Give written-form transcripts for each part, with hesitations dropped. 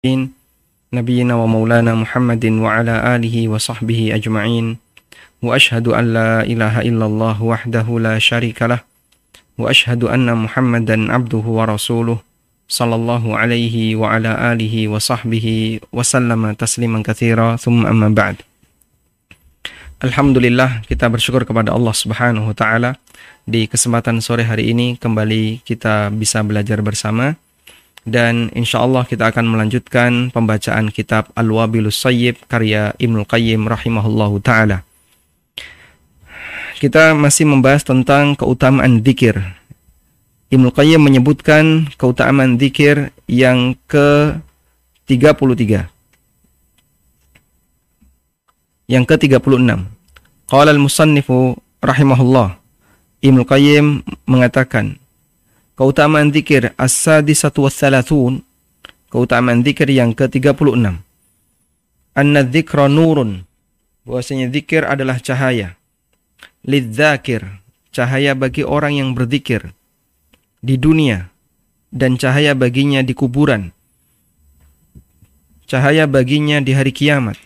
نبينا ومولانا محمد وعلى آله وصحبه أجمعين وأشهد أن لا إله إلا الله وحده لا شريك له وأشهد أن محمدا عبده ورسوله صلى الله عليه وعلى آله وصحبه وسلم تسليما كثيرا ثم أما بعد. Alhamdulillah, kita bersyukur kepada Allah Subhanahu wa taala. Di kesempatan sore hari ini kembali kita bisa belajar bersama. Dan insya Allah kita akan melanjutkan pembacaan kitab Al-Wabilus Shayyib karya Ibnul Qayyim rahimahullahu ta'ala. Kita masih membahas tentang keutamaan dzikir. Ibnul Qayyim menyebutkan keutamaan dzikir yang ke-33. Yang ke-36. Qala al-musannifu rahimahullah. Ibnul Qayyim mengatakan, keutamaan dzikir as-sadisatu was-salasun, keutamaan dzikir yang ke-36. Anna dzikra nurun, bahwasanya dzikir adalah cahaya. Lidzakir, cahaya bagi orang yang berzikir di dunia dan cahaya baginya di kuburan. Cahaya baginya di hari kiamat.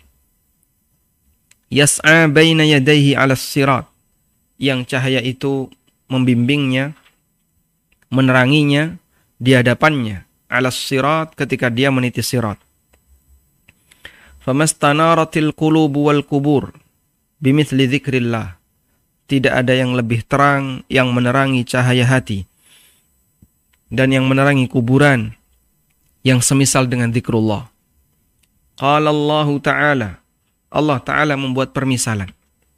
Yas'a baina yadayhi 'alas sirat, yang cahaya itu membimbingnya, meneranginya di hadapannya, alas sirat, ketika dia meniti sirat. Famastanaratil qulubu wal kubur bimithli dzikrillah, tidak ada yang lebih terang yang menerangi cahaya hati dan yang menerangi kuburan yang semisal dengan zikrullah. Qala Allah Ta'ala, Allah Ta'ala membuat permisalan.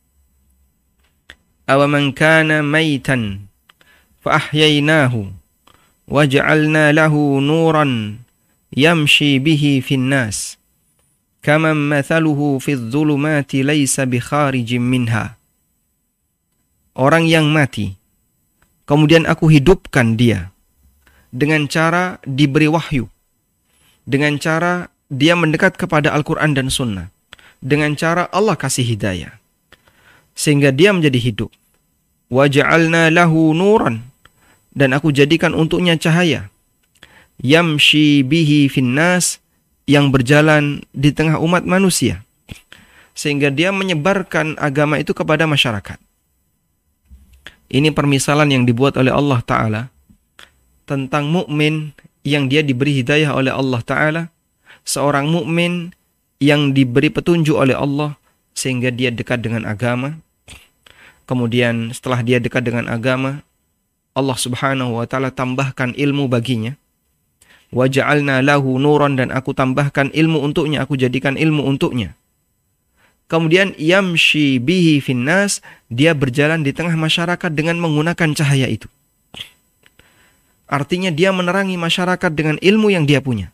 Awaman kana maitan فأحييناه وجعلنا له نورا يمشي به في الناس كمن مثله في الظلمات ليس بخارج منها. Orang yang mati, kemudian aku hidupkan dia dengan cara diberi wahyu, dengan cara dia mendekat kepada Al-Quran dan Sunnah, dengan cara Allah kasih hidayah, sehingga dia menjadi hidup. وَجَعَلْنَا لَهُ نُورًا, dan aku jadikan untuknya cahaya. Yamshi bihi finnas, yang berjalan di tengah umat manusia, sehingga dia menyebarkan agama itu kepada masyarakat. Ini permisalan yang dibuat oleh Allah Ta'ala tentang mukmin yang dia diberi hidayah oleh Allah Ta'ala, seorang mukmin yang diberi petunjuk oleh Allah sehingga dia dekat dengan agama. Kemudian setelah dia dekat dengan agama, Allah Subhanahu wa taala tambahkan ilmu baginya. Wa ja'alna lahu nuran, dan aku tambahkan ilmu untuknya, aku jadikan ilmu untuknya. Kemudian yamshi bihi finnas, dia berjalan di tengah masyarakat dengan menggunakan cahaya itu. Artinya dia menerangi masyarakat dengan ilmu yang dia punya.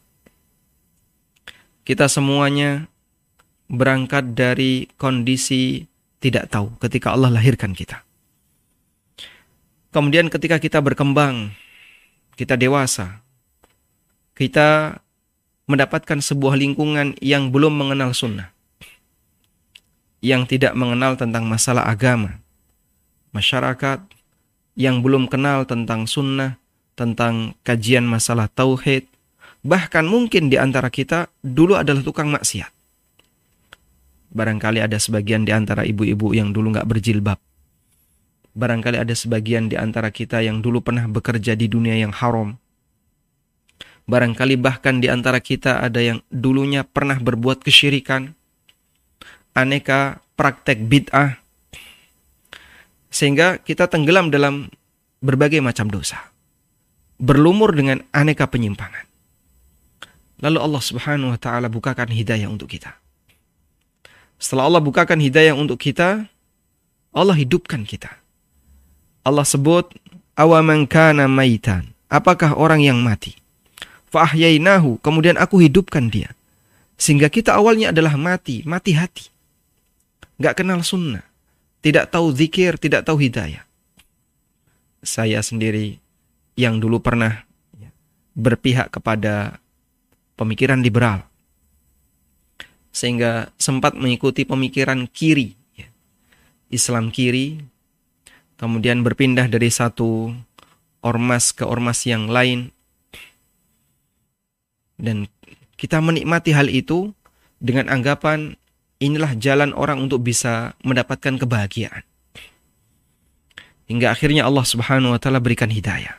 Kita semuanya berangkat dari kondisi tidak tahu ketika Allah lahirkan kita. Kemudian ketika kita berkembang, kita dewasa, kita mendapatkan sebuah lingkungan yang belum mengenal sunnah, yang tidak mengenal tentang masalah agama, masyarakat yang belum kenal tentang sunnah, tentang kajian masalah tauhid, bahkan mungkin di antara kita dulu adalah tukang maksiat. Barangkali ada sebagian di antara ibu-ibu yang dulu nggak berjilbab. Barangkali ada sebagian di antara kita yang dulu pernah bekerja di dunia yang haram. Barangkali bahkan di antara kita ada yang dulunya pernah berbuat kesyirikan, aneka praktek bid'ah, sehingga kita tenggelam dalam berbagai macam dosa, berlumur dengan aneka penyimpangan. Lalu Allah Subhanahu wa taala bukakan hidayah untuk kita. Setelah Allah bukakan hidayah untuk kita, Allah hidupkan kita. Allah sebut awaman kana maitan, apakah orang yang mati? Fa ahyainahu, kemudian aku hidupkan dia. Sehingga kita awalnya adalah mati hati. Enggak kenal sunnah, tidak tahu zikir, tidak tahu hidayah. Saya sendiri yang dulu pernah berpihak kepada pemikiran liberal, sehingga sempat mengikuti pemikiran kiri, Islam kiri, kemudian berpindah dari satu ormas ke ormas yang lain, dan Kita menikmati hal itu dengan anggapan inilah jalan orang untuk bisa mendapatkan kebahagiaan. Hingga akhirnya Allah Subhanahu wa taala berikan hidayah.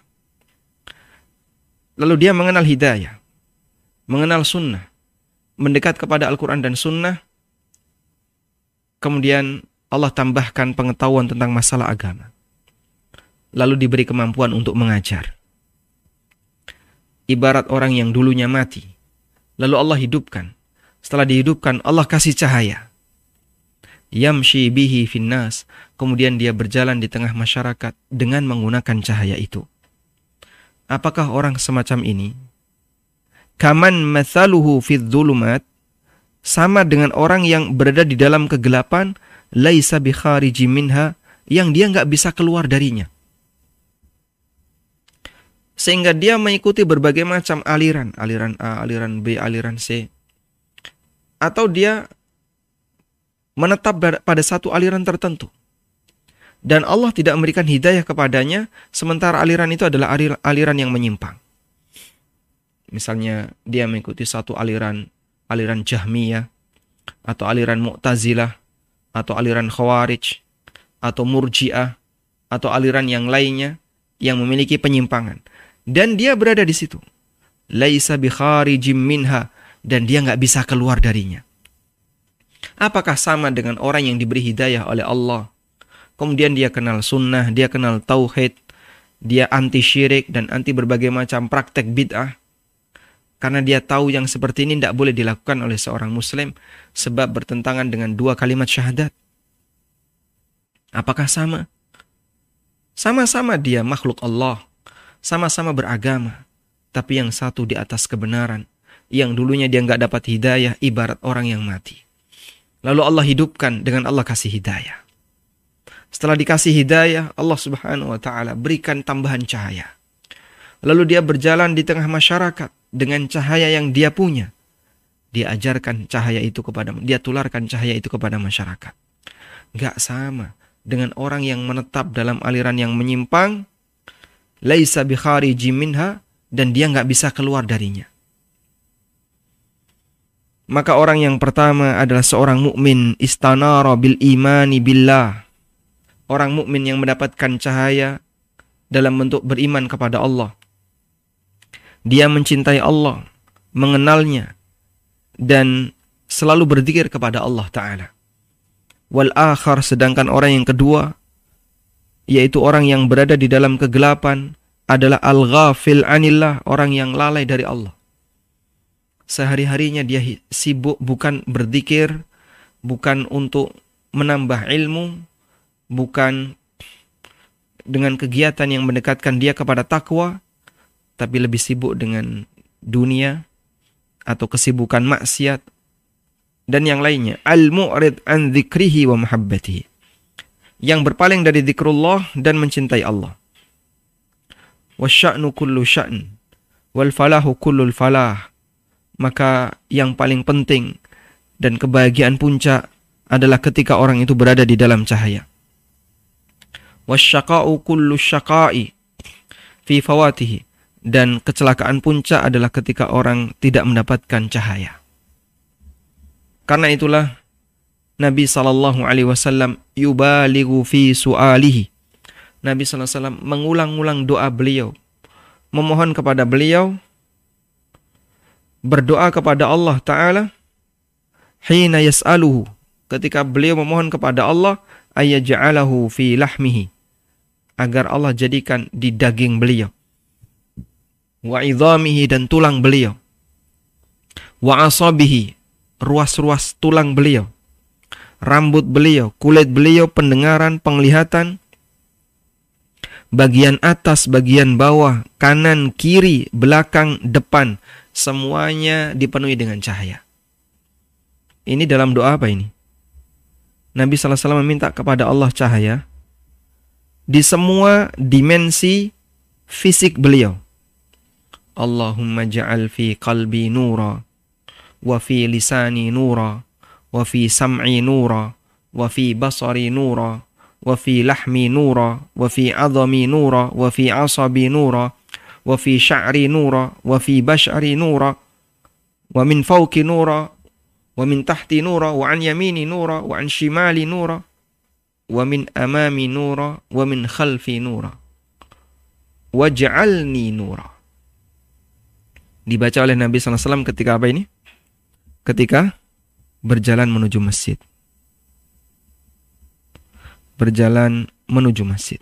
Lalu dia mengenal hidayah, mengenal sunnah, mendekat kepada Al-Quran dan sunnah. Kemudian Allah tambahkan pengetahuan tentang masalah agama. Lalu diberi kemampuan untuk mengajar. Ibarat orang yang dulunya mati, lalu Allah hidupkan. Setelah dihidupkan, Allah kasih cahaya. Yamshi bihi finnas. Kemudian dia berjalan di tengah masyarakat dengan menggunakan cahaya itu. Apakah orang semacam ini? Kaman mathaluhu fid dhulumat, sama dengan orang yang berada di dalam kegelapan, laisa bi khariji minha, yang dia enggak bisa keluar darinya. Sehingga dia mengikuti berbagai macam aliran, aliran A, aliran B, aliran C. Atau dia menetap pada satu aliran tertentu. Dan Allah tidak memberikan hidayah kepadanya, sementara aliran itu adalah aliran yang menyimpang. Misalnya dia mengikuti satu aliran Jahmiyah, atau aliran Mu'tazilah, atau aliran Khawarij, atau Murji'ah, atau aliran yang lainnya yang memiliki penyimpangan. Dan dia berada di situ. Laisa bi kharijim minha, dan dia enggak bisa keluar darinya. Apakah sama dengan orang yang diberi hidayah oleh Allah? Kemudian dia kenal sunnah, dia kenal tauhid, dia anti syirik dan anti berbagai macam praktek bid'ah. Karena dia tahu yang seperti ini tidak boleh dilakukan oleh seorang muslim, sebab bertentangan dengan dua kalimat syahadat. Apakah sama? Sama-sama dia makhluk Allah, sama-sama beragama, tapi yang satu di atas kebenaran, yang dulunya dia nggak dapat hidayah, ibarat orang yang mati. Lalu Allah hidupkan dengan Allah kasih hidayah. Setelah dikasih hidayah, Allah Subhanahu wa taala berikan tambahan cahaya. Lalu dia berjalan di tengah masyarakat dengan cahaya yang dia punya. Dia ajarkan cahaya itu dia tularkan cahaya itu kepada masyarakat. Enggak sama dengan orang yang menetap dalam aliran yang menyimpang, laisa bi khariji minha, dan dia enggak bisa keluar darinya. Maka orang yang pertama adalah seorang mukmin istanara bil imani billah. Orang mukmin yang mendapatkan cahaya dalam bentuk beriman kepada Allah. Dia mencintai Allah, mengenalnya, dan selalu berzikir kepada Allah Ta'ala. Wal akhar, sedangkan orang yang kedua, yaitu orang yang berada di dalam kegelapan, adalah al-ghafil anillah, orang yang lalai dari Allah. Sehari-harinya dia sibuk bukan berzikir, bukan untuk menambah ilmu, bukan dengan kegiatan yang mendekatkan dia kepada takwa, tapi lebih sibuk dengan dunia atau kesibukan maksiat dan yang lainnya. Al-mu'rid an dzikrihi wa mahabbatihi, yang berpaling dari zikrullah dan mencintai Allah. Wasya'nu kullu sya'n wal falahu kullul falah, maka yang paling penting dan kebahagiaan puncak adalah ketika orang itu berada di dalam cahaya. Wasyaqa'u kullu syaqa'i fi fawatihi, dan kecelakaan puncak adalah ketika orang tidak mendapatkan cahaya. Karena itulah Nabi SAW yubalighu fi su'alihi. Nabi SAW mengulang-ulang doa beliau, memohon kepada beliau, berdoa kepada Allah Ta'ala, hina yas'aluhu, ketika beliau memohon kepada Allah, ayyaj'alahu fi lahmihi, agar Allah jadikan di daging beliau, wa idhamihi, dan tulang beliau, wa asabihi, ruas-ruas tulang beliau, rambut beliau, kulit beliau, pendengaran, penglihatan, bagian atas, bagian bawah, kanan, kiri, belakang, depan, semuanya dipenuhi dengan cahaya. Ini dalam doa apa ini? Nabi SAW meminta kepada Allah cahaya di semua dimensi fisik beliau. Allahumma ja'al fi qalbi nura, wa fi lisani nura, wa fi sam'i nura, wa fi basari nura, wa fi lahmi nura, wa fi adhami nura, wa fi asabi nura, wa fi sya'ri nura, wa fi bash'ari nura, wa min fawqi nura, wa min tahti nura, wa an yamini nura, wa an shimali nura, wa min amami nura, wa min khalfi nura, waj'alni nura. Dibaca oleh Nabi SAW ketika apa ini? Ketika berjalan menuju masjid. Berjalan menuju masjid.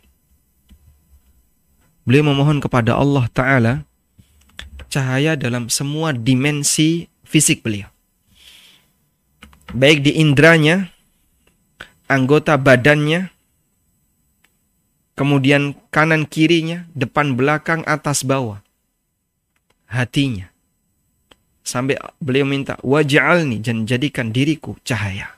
Beliau memohon kepada Allah Ta'ala cahaya dalam semua dimensi fisik beliau. Baik di indranya, anggota badannya, kemudian kanan kirinya, depan belakang, atas bawah, hatinya. Sampai beliau minta, waj'alni, dan jadikan diriku cahaya.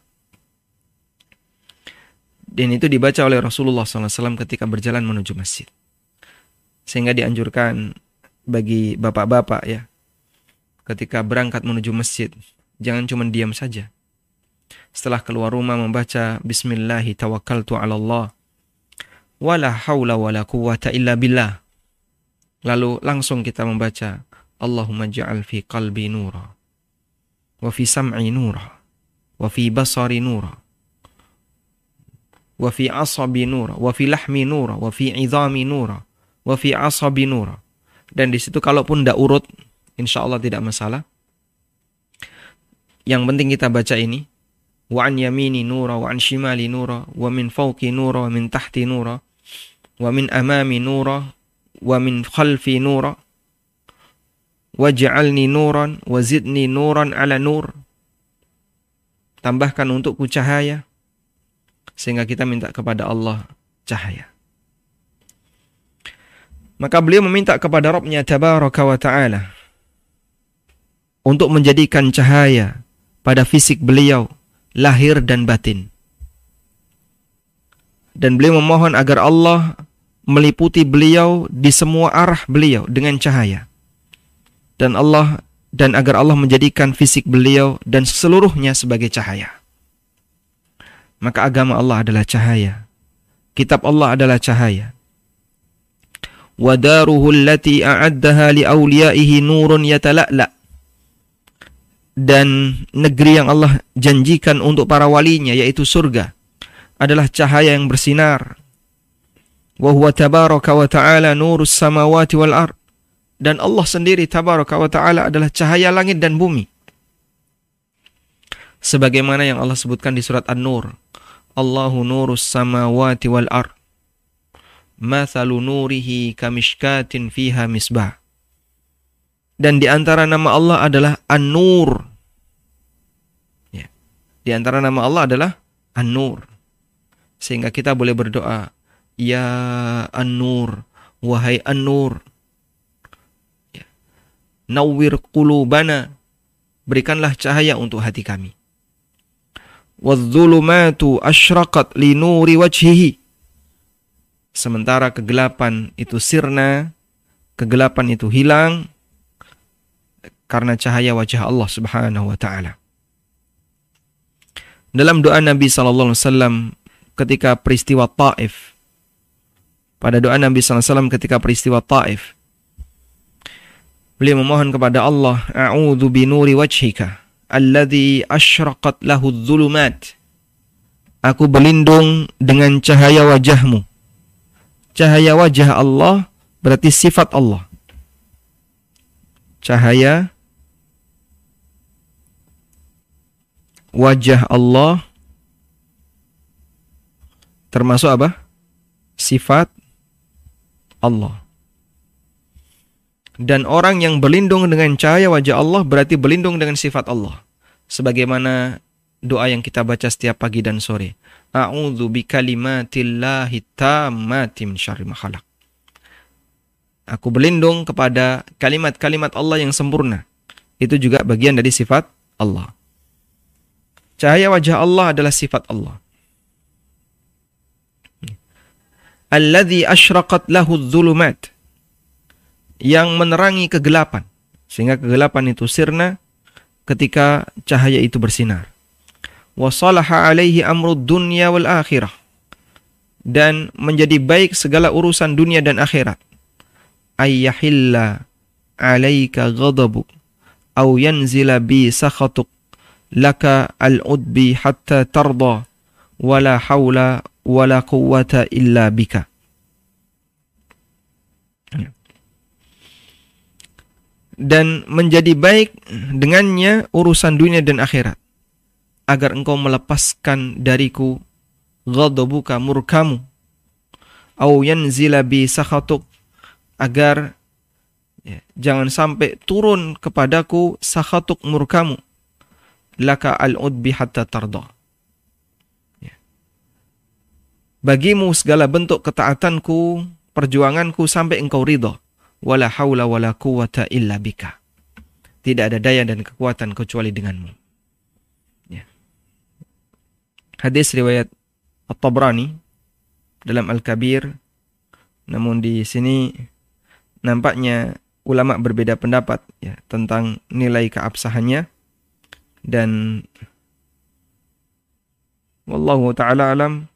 Dan itu dibaca oleh Rasulullah SAW ketika berjalan menuju masjid. Sehingga dianjurkan bagi bapak-bapak ya, ketika berangkat menuju masjid, jangan cuma diam saja. Setelah keluar rumah membaca Bismillahi tawakkaltu ala Allah, wala hawla wala quwwata illa billah. Lalu langsung kita membaca Allahumma ja'al fi qalbi nura, wa fi sam'i nura, wa fi basari nura, wa fi asabi nura, wa fi lahmi nura, wa fi idhami nura, wa fi asabi nura. Dan di situ kalaupun tidak urut, insya Allah tidak masalah. Yang penting kita baca ini, wa an yamini nura, wa an shimali nura, wa min fawqi nura, wa min tahti nura, wa min amami nura, wa min khalfi nura, waj'alni nuran, wa zidni nuran ala nur. Tambahkan untukku cahaya, sehingga kita minta kepada Allah cahaya. Maka beliau meminta kepada Rabbnya Tabaraka wa Ta'ala untuk menjadikan cahaya pada fisik beliau, lahir dan batin. Dan beliau memohon agar Allah meliputi beliau di semua arah beliau dengan cahaya. Dan agar Allah menjadikan fisik beliau dan seluruhnya sebagai cahaya. Maka agama Allah adalah cahaya. Kitab Allah adalah cahaya. Wa daruhu allati a'addaha li awliyaihi nurun yatala'la. Dan negeri yang Allah janjikan untuk para walinya, yaitu surga, adalah cahaya yang bersinar. Wa huwa tabaraka wa ta'ala nurus samawati wal ard. Dan Allah sendiri tabaraka wa ta'ala adalah cahaya langit dan bumi. Sebagaimana yang Allah sebutkan di surat An-Nur, Allahu nurus samawati wal ard, mathalu nurihi kamishkatin fiha misbah. Dan di antara nama Allah adalah An-Nur. Ya. Di antara nama Allah adalah An-Nur. Sehingga kita boleh berdoa, Ya An-Nur, wahai An-Nur, ya. Nawwir qulubana, berikanlah cahaya untuk hati kami. Wadh-dhulumatu asyraqat li nuri wajhihi. Sementara kegelapan itu sirna, kegelapan itu hilang karena cahaya wajah Allah Subhanahu wa ta'ala. Dalam doa Nabi SAW ketika peristiwa Taif, pada doa Nabi SAW ketika peristiwa Taif, beliau memohon kepada Allah, A'udzu binuri wajhika alladzi asyraqat lahu adh-dhulumat. Aku berlindung dengan cahaya wajahmu. Cahaya wajah Allah berarti sifat Allah. Cahaya wajah Allah termasuk apa? Sifat Allah. Dan orang yang berlindung dengan cahaya wajah Allah berarti berlindung dengan sifat Allah. Sebagaimana doa yang kita baca setiap pagi dan sore. A'udzu bikalimatillahi tammati min syarri ma khalaq. Aku berlindung kepada kalimat-kalimat Allah yang sempurna. Itu juga bagian dari sifat Allah. Cahaya wajah Allah adalah sifat Allah. Alladzi asyraqat lahu adh-dhulumat. Yang menerangi kegelapan. Sehingga kegelapan itu sirna ketika cahaya itu bersinar. Wa salaha alaihi amrud dunya wal akhirah. Dan menjadi baik segala urusan dunia dan akhirat. Ayyahilla alaika ghadabuk أو ينزل بي سخطك لك العدبي حتى ترضى ولا حول ولا قوة إلا بك. Dan menjadi baik dengannya urusan dunia dan akhirat, agar engkau melepaskan dariku ghadabuka, murkamu, au yanzila bi sakhatuk, agar jangan sampai turun kepadaku sakhatuk, murkamu, laka al-udbi hatta tarda, bagimu segala bentuk ketaatanku, perjuanganku sampai engkau ridha. Wala haula wala quwata illa bika. Tidak ada daya dan kekuatan kecuali denganmu. Ya. Hadis riwayat At-Tabrani dalam Al-Kabir. Namun di sini nampaknya ulama berbeda pendapat ya tentang nilai keabsahannya, dan wallahu taala alam.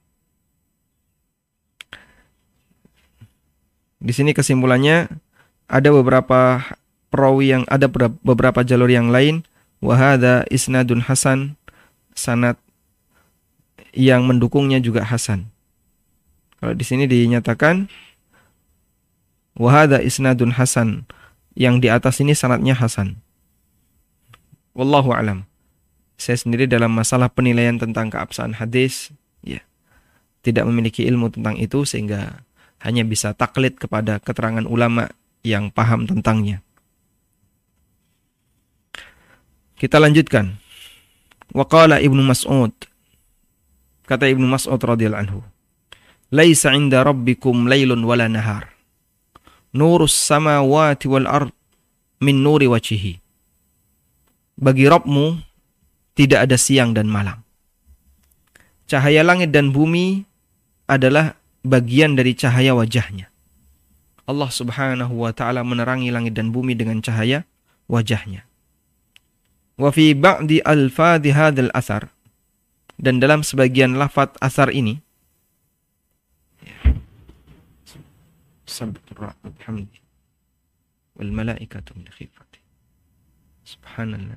Di sini kesimpulannya, ada beberapa perawi yang ada beberapa jalur yang lain, wa hadza isnadun hasan, sanad yang mendukungnya juga hasan. Kalau di sini dinyatakan wa hadza isnadun hasan, yang di atas ini sanadnya hasan. Wallahu alam. Saya sendiri dalam masalah penilaian tentang keabsahan hadis ya tidak memiliki ilmu tentang itu, sehingga hanya bisa taklid kepada keterangan ulama yang paham tentangnya. Kita lanjutkan. Wa qala Ibnu Mas'ud, kata Ibnu Mas'ud radhiyallahu anhu, laisa 'inda rabbikum lailun wala nahar, nurus samawati wal ard min nuri wajhihi. Bagi Rabbmu tidak ada siang dan malam. Cahaya langit dan bumi adalah bagian dari cahaya wajahnya. Allah subhanahu wa ta'ala menerangi langit dan bumi dengan cahaya wajahnya. Wa fi ba'di alfadhi hadzal athar, dan dalam sebagian lafaz asar ini, sabra alhamdi wal malaikatu min khifati subhanallah.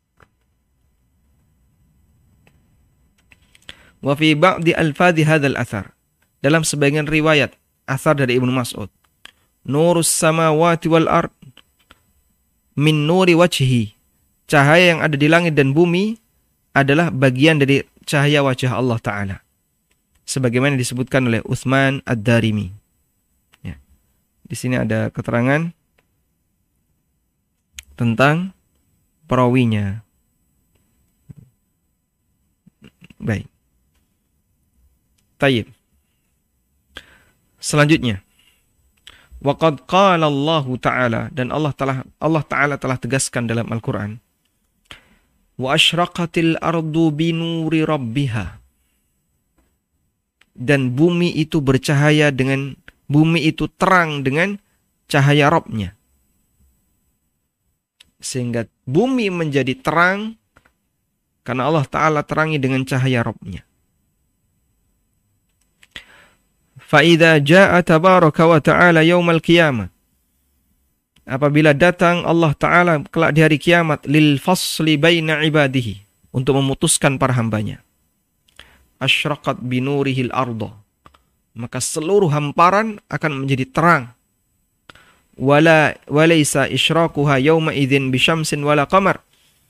Wa fi ba'di alfadhi hadzal athar, dalam sebagian riwayat asar dari Ibnu Mas'ud, nurus samawati wal ard min nuri wajhi, cahaya yang ada di langit dan bumi adalah bagian dari cahaya wajah Allah Ta'ala, sebagaimana disebutkan oleh Utsman Ad-Darimi ya. Di sini ada keterangan tentang perawinya. Baik. Tayyib. Selanjutnya, waqad qala Allah Ta'ala, dan Allah Ta'ala telah tegaskan dalam Al-Quran, wa asyraqatil ardu binuri rabbiha, dan bumi itu bercahaya dengan, bumi itu terang dengan cahaya Rabbnya, sehingga bumi menjadi terang karena Allah Ta'ala terangi dengan cahaya Rabbnya. Fa'idha ja'a tabaraka wa ta'ala yawmal qiyamah, apabila datang Allah Ta'ala kelak di hari kiamat, lil fasli baina ibadihi, untuk memutuskan para hambanya, asyraqat binurihil ardo, maka seluruh hamparan akan menjadi terang. Walaysa isyraquha yawma idzin bisyamsin wala qamar,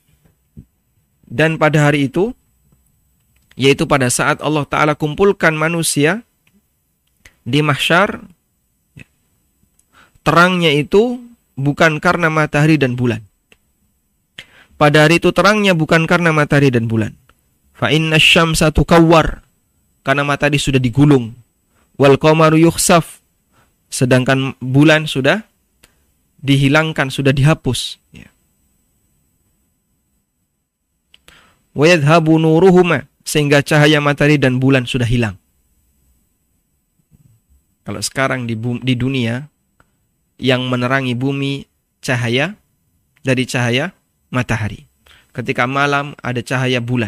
dan pada hari itu, yaitu pada saat Allah Ta'ala kumpulkan manusia di mahsyar, terangnya itu bukan karena matahari dan bulan. Pada hari itu terangnya bukan karena matahari dan bulan. Fa inna syamsa tukawwar, karena matahari sudah digulung. Wal qamaru yukhsaf, sedangkan bulan sudah dihilangkan, sudah dihapus. Wa yadhhabu nuruhuma, sehingga cahaya matahari dan bulan sudah hilang. Kalau sekarang di dunia yang menerangi bumi cahaya dari cahaya matahari. Ketika malam ada cahaya bulan.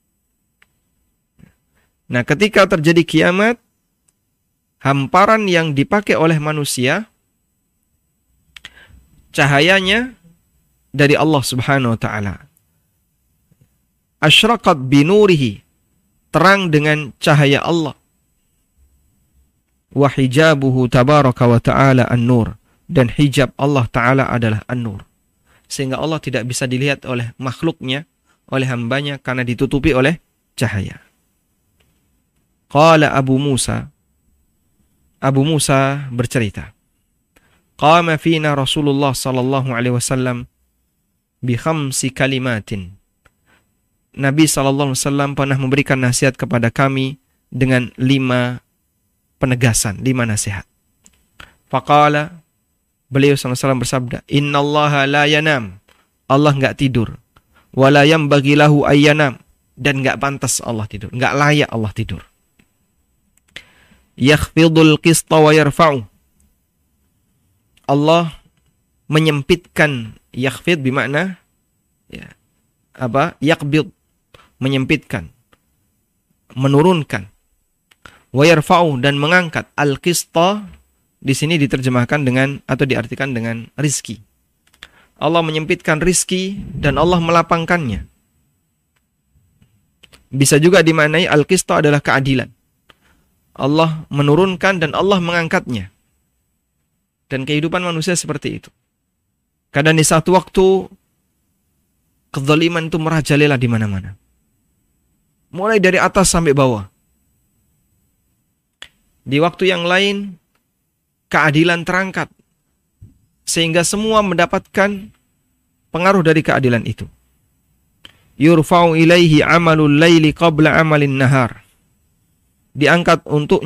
Nah, ketika terjadi kiamat, hamparan yang dipakai oleh manusia, cahayanya dari Allah Subhanahu wa taala. Asyraqat binurihi, terang dengan cahaya Allah. Wa hijabuhu tabaraka wa ta'ala an-nur, dan hijab Allah taala adalah an-nur. Sehingga Allah tidak bisa dilihat oleh makhluknya, oleh hambanya, karena ditutupi oleh cahaya. Qala Abu Musa bercerita, qama fina Rasulullah sallallahu alaihi wasallam bi khamsi kalimatin. Nabi sallallahu alaihi wasallam pernah memberikan nasihat kepada kami dengan 5 penegasan, 5 nasihat. Faqala, beliau sallallahu alaihi wasallam bersabda, innallaha la yanam, Allah enggak tidur. Wala yambaghi lahu ayyanam, dan enggak pantas Allah tidur, enggak layak Allah tidur. Yakhfidul qista wa yarfa'u, Allah menyempitkan. Yakhfid bermakna yaqbid, menyempitkan, menurunkan. Wa yarfa'u, dan mengangkat. Al-qista di sini diterjemahkan dengan atau diartikan dengan rizki. Allah menyempitkan rizki dan Allah melapangkannya. Bisa juga dimaknai al-qista adalah keadilan. Allah menurunkan dan Allah mengangkatnya. Dan kehidupan manusia seperti itu. Kadang di satu waktu kezaliman itu merajalela di mana-mana. Mulai dari atas sampai bawah. Di waktu yang lain keadilan terangkat sehingga semua mendapatkan pengaruh dari keadilan itu. Yurfa'u ilaihi amalul laili qabla amalin nahar. Diangkat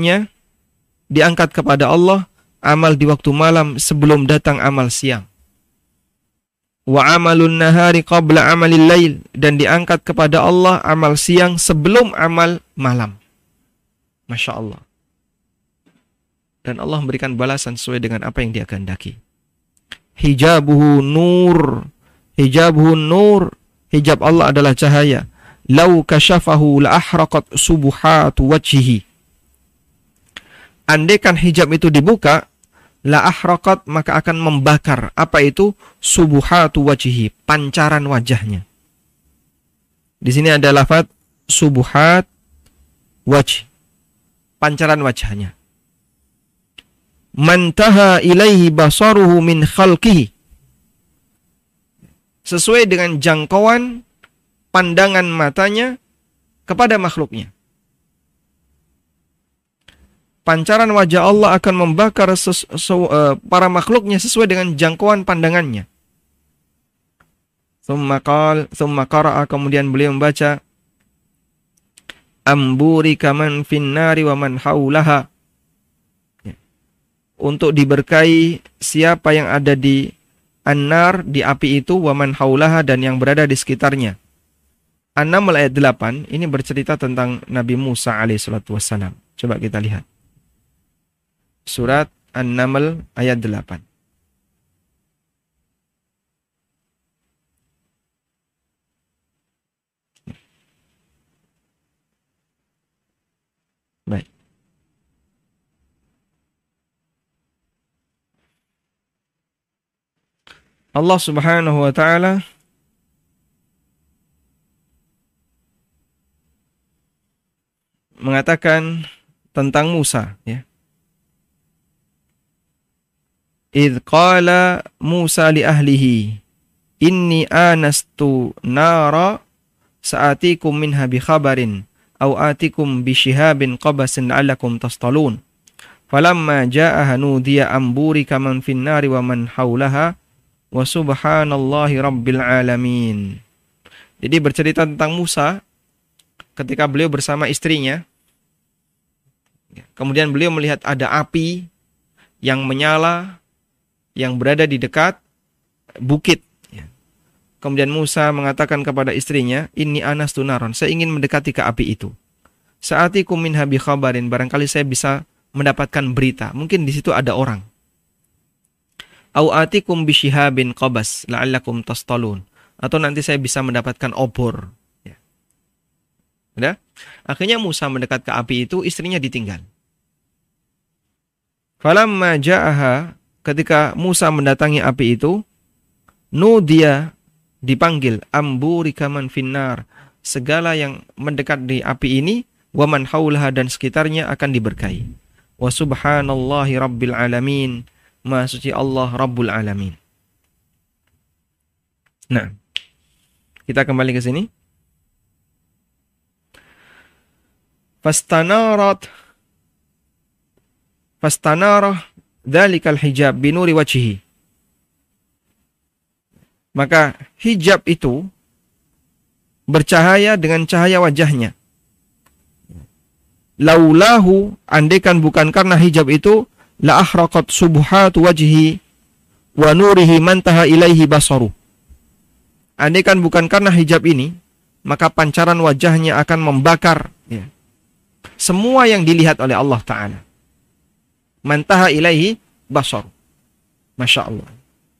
kepada Allah amal di waktu malam sebelum datang amal siang. Wa amalun nahari qabla amalil lail, dan diangkat kepada Allah amal siang sebelum amal malam. Masya Allah. Dan Allah memberikan balasan sesuai dengan apa yang Dia kehendaki. Hijabuhu nur. Hijabuhu nur. Hijab Allah adalah cahaya. Lau kasyafahu la ahraqat subuhatu wajhihi. Andaikan hijab itu dibuka, la ahraqat, maka akan membakar. Apa itu? Subuhatu wajhihi, pancaran wajahnya. Di sini ada lafaz subuhat wajh, pancaran wajahnya. Mantaha ilaihi basaruhu min khalqihi, sesuai dengan jangkauan pandangan matanya kepada makhluknya. Pancaran wajah Allah akan membakar para makhluknya sesuai dengan jangkauan pandangannya. Tsumma qara'a, kemudian beliau membaca, amburika man finnari wa man haulaha. Untuk diberkahi siapa yang ada di an-nar, di api itu, wa man haulaha, dan yang berada di sekitarnya. An-Naml ayat 8 ini bercerita tentang Nabi Musa alaihissalatu wassalam. Coba kita lihat. Surat An-Naml ayat 8. Baik. Allah Subhanahu wa taala mengatakan tentang Musa, ya. Idh qala Musa li ahlihi inni anastu nara sa'atikum minha bi khabarin aw atikum bi shihabin qabasin la'allakum tastalun. Falamma ja'aha nudiya amburika man fin nari wa man haulaha wa subhanallahi rabbil alamin. Jadi bercerita tentang Musa ketika beliau bersama istrinya. Kemudian beliau melihat ada api yang menyala yang berada di dekat bukit. Kemudian Musa mengatakan kepada istrinya, inni anastu naron, saya ingin mendekati ke api itu. Sa'atikum minha bi khabarin, barangkali saya bisa mendapatkan berita. Mungkin di situ ada orang. Au atikum bi shihabin qabas la'allakum tastalun, atau nanti saya bisa mendapatkan obor. Udah? Akhirnya Musa mendekat ke api itu, istrinya ditinggal. Falamma ja'aha, ketika Musa mendatangi api itu, nudiya, dipanggil amburika man finnar, segala yang mendekat di api ini, wa man haulaha, dan sekitarnya akan diberkahi. Wa subhanallahi rabbil alamin, maha suci Allah rabbul alamin. Nah, kita kembali ke sini. Fastanarah dzalikal hijab binuri wajhihi. Maka hijab itu bercahaya dengan cahaya wajahnya. Laulahu, andaikan bukan karena hijab itu, la ahraqat subhatu wajhi wa nurihi mantaha ilaihi basaru. Andaikan bukan karena hijab ini, maka pancaran wajahnya akan membakar semua yang dilihat oleh Allah Ta'ala. Mantaha ilaihi basaru. Masya Allah.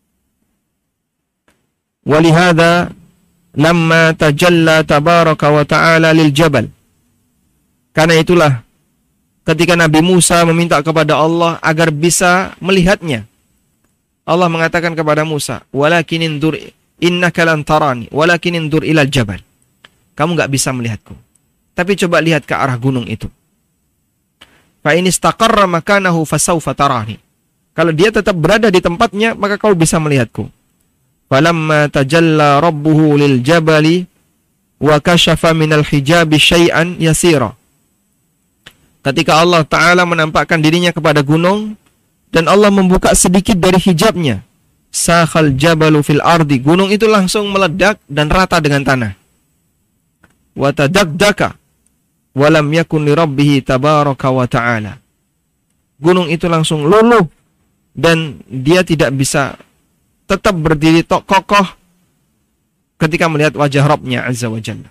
Walihada lamma tajalla tabaraka wa ta'ala lil jabal. Karena itulah ketika Nabi Musa meminta kepada Allah agar bisa melihatnya, Allah mengatakan kepada Musa, walakin indur innaka lan tarani walakin indur ilal jabal. Kamu enggak bisa melihatku, tapi coba lihat ke arah gunung itu. Fa in istaqarra makanahu fasawfa tarani. Kalau dia tetap berada di tempatnya, maka kau bisa melihatku. Falamma tajalla rabbuhu lil jabali wa kashafa minal hijabi syai'an yasira. Ketika Allah Ta'ala menampakkan dirinya kepada gunung, dan Allah membuka sedikit dari hijabnya, sakhal jabalu fil ardi, gunung itu langsung meledak dan rata dengan tanah. Wa tadakdaka walam yakun li rabbihi tabaraka wa ta'ala. Gunung itu langsung luluh dan dia tidak bisa tetap berdiri kokoh ketika melihat wajah Rabb-Nya Azza wa Jalla.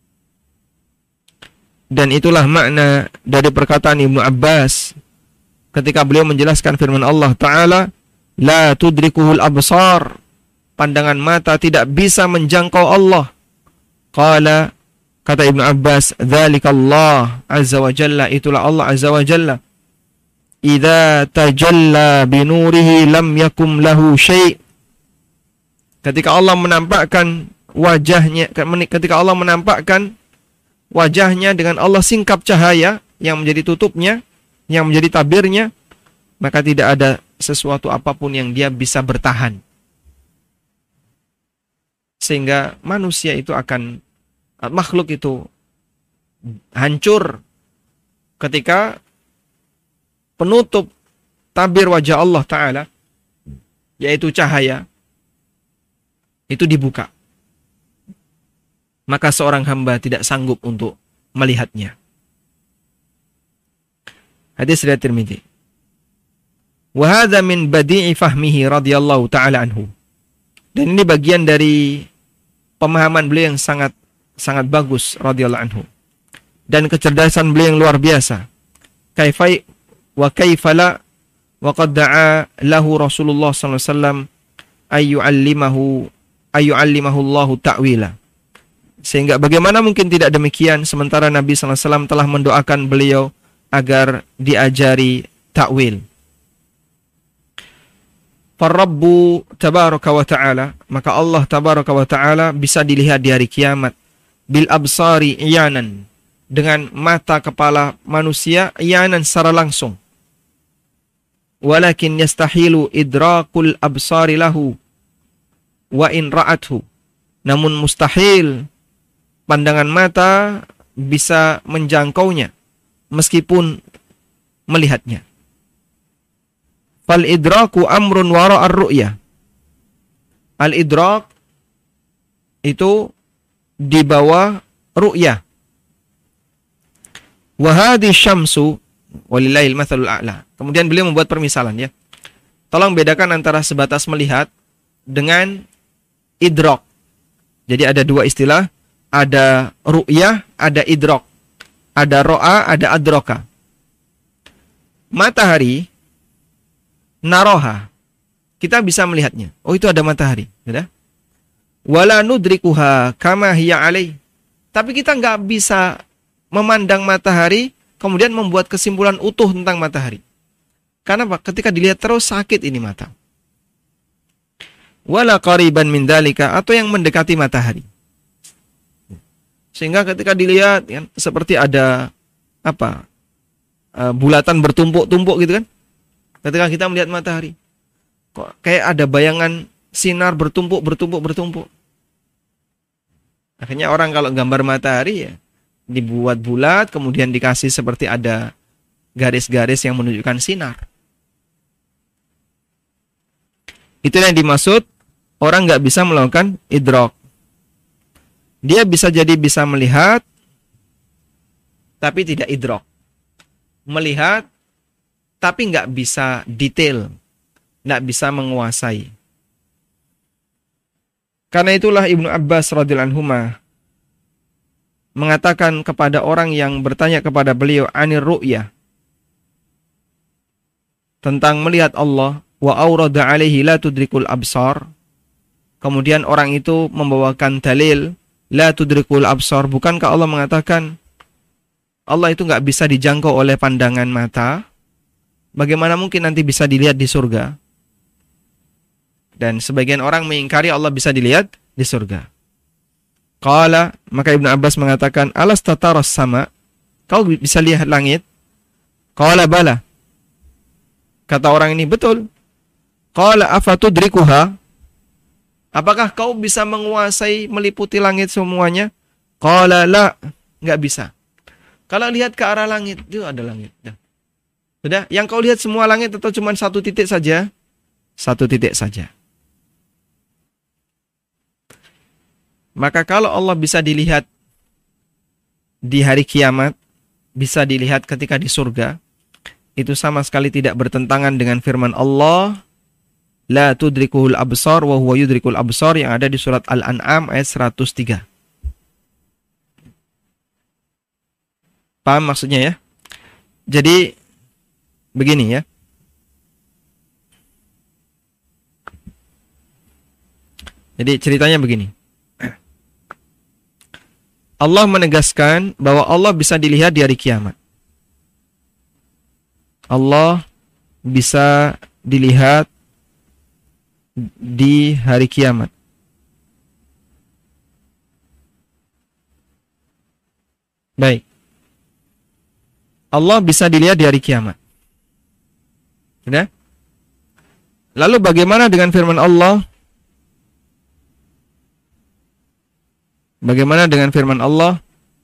Dan itulah makna dari perkataan Ibnu Abbas ketika beliau menjelaskan firman Allah Ta'ala, la tudrikuhul absar, pandangan mata tidak bisa menjangkau Allah. Qala, kata Ibnu Abbas, dzalikallah Azza wa Jalla, itulah Allah Azza wa Jalla. Idza tajalla binurihi lam yakum lahu syai'. Ketika Allah menampakkan wajahnya, ketika Allah menampakkan wajahnya dengan Allah singkap cahaya yang menjadi tutupnya, yang menjadi tabirnya, maka tidak ada sesuatu apapun yang dia bisa bertahan. Sehingga manusia itu akan, makhluk itu hancur ketika penutup tabir wajah Allah Ta'ala, yaitu cahaya, itu dibuka. Maka seorang hamba tidak sanggup untuk melihatnya. Hadis riwayat Tirmidzi. Wa hadza min badi'i fahmihi radhiyallahu ta'ala anhu. Dan ini bagian dari pemahaman beliau yang sangat bagus radhiyallahu anhu. Dan kecerdasan beliau yang luar biasa. Kaifala wa qad da'a lahu Rasulullah sallallahu alaihi wasallam ayyu'allimahu Allahu ta'wila. Sehingga bagaimana mungkin tidak demikian sementara Nabi sallallahu alaihi wasallam telah mendoakan beliau agar diajari ta'wil. Farrabbu tabaraka wa ta'ala, maka Allah tabaraka wa ta'ala bisa dilihat di hari kiamat bil absari iyanan, dengan mata kepala manusia iyanan secara langsung. Walakin yastahilu idrakul absari lahu wa in ra'athu. Namun mustahil pandangan mata bisa menjangkaunya meskipun melihatnya. Fal idraku amrun wara'ar ru'ya. Al idrak itu di bawah ru'yah. Wa hadhi syamsu walillahil mathalul a'la. Kemudian beliau membuat permisalan ya. Tolong bedakan antara sebatas melihat dengan idrak. Jadi ada dua istilah, ada ru'yah, ada idrak. Ada ro'a, ada adraka. Matahari naroha, kita bisa melihatnya. Oh, itu ada matahari, sudah. Wala nudrikuha kama hiya alai. Tapi kita nggak bisa memandang matahari kemudian membuat kesimpulan utuh tentang matahari. Karena apa? Ketika dilihat terus sakit ini mata. wala qariban min dzalika, atau yang mendekati matahari. Sehingga ketika dilihat kan, seperti ada bulatan bertumpuk-tumpuk gitu kan. Ketika kita melihat matahari, kok kayak ada bayangan sinar bertumpuk. Akhirnya orang kalau gambar matahari ya dibuat bulat, kemudian dikasih seperti ada garis-garis yang menunjukkan sinar. Itulah yang dimaksud orang nggak bisa melakukan idrok. Dia bisa melihat, tapi tidak idrok. Melihat, tapi nggak bisa detail, nggak bisa menguasai. Karena itulah Ibnu Abbas radhiyallahu anhuma mengatakan kepada orang yang bertanya kepada beliau anir ru'yah, tentang melihat Allah, wa aurada alaihi la tudrikul absar. Kemudian orang itu membawakan dalil la tudrikul absar. Bukankah Allah mengatakan Allah itu nggak bisa dijangkau oleh pandangan mata? Bagaimana mungkin nanti bisa dilihat di surga? Dan sebagian orang mengingkari Allah bisa dilihat di surga. Qala, maka Ibnu Abbas mengatakan, alasta taras sama? Kau bisa lihat langit? Qala bala. Kata orang ini, betul. Qala afatudrikuha? Apakah kau bisa menguasai meliputi langit semuanya? Qala la, enggak bisa. Kalau lihat ke arah langit, itu ada langit. Sudah, yang kau lihat semua langit atau cuma satu titik saja? Satu titik saja. Maka kalau Allah bisa dilihat di hari kiamat, bisa dilihat ketika di surga, itu sama sekali tidak bertentangan dengan firman Allah, la tudrikuhul absar wa huwa yudrikul absar, yang ada di surat Al-An'am ayat 103. Paham maksudnya ya? Jadi begini ya. Jadi ceritanya begini. Allah menegaskan bahwa Allah bisa dilihat di hari kiamat. Allah bisa dilihat di hari kiamat. Baik. Allah bisa dilihat di hari kiamat. Sudah? Lalu bagaimana dengan firman Allah? Bagaimana dengan firman Allah?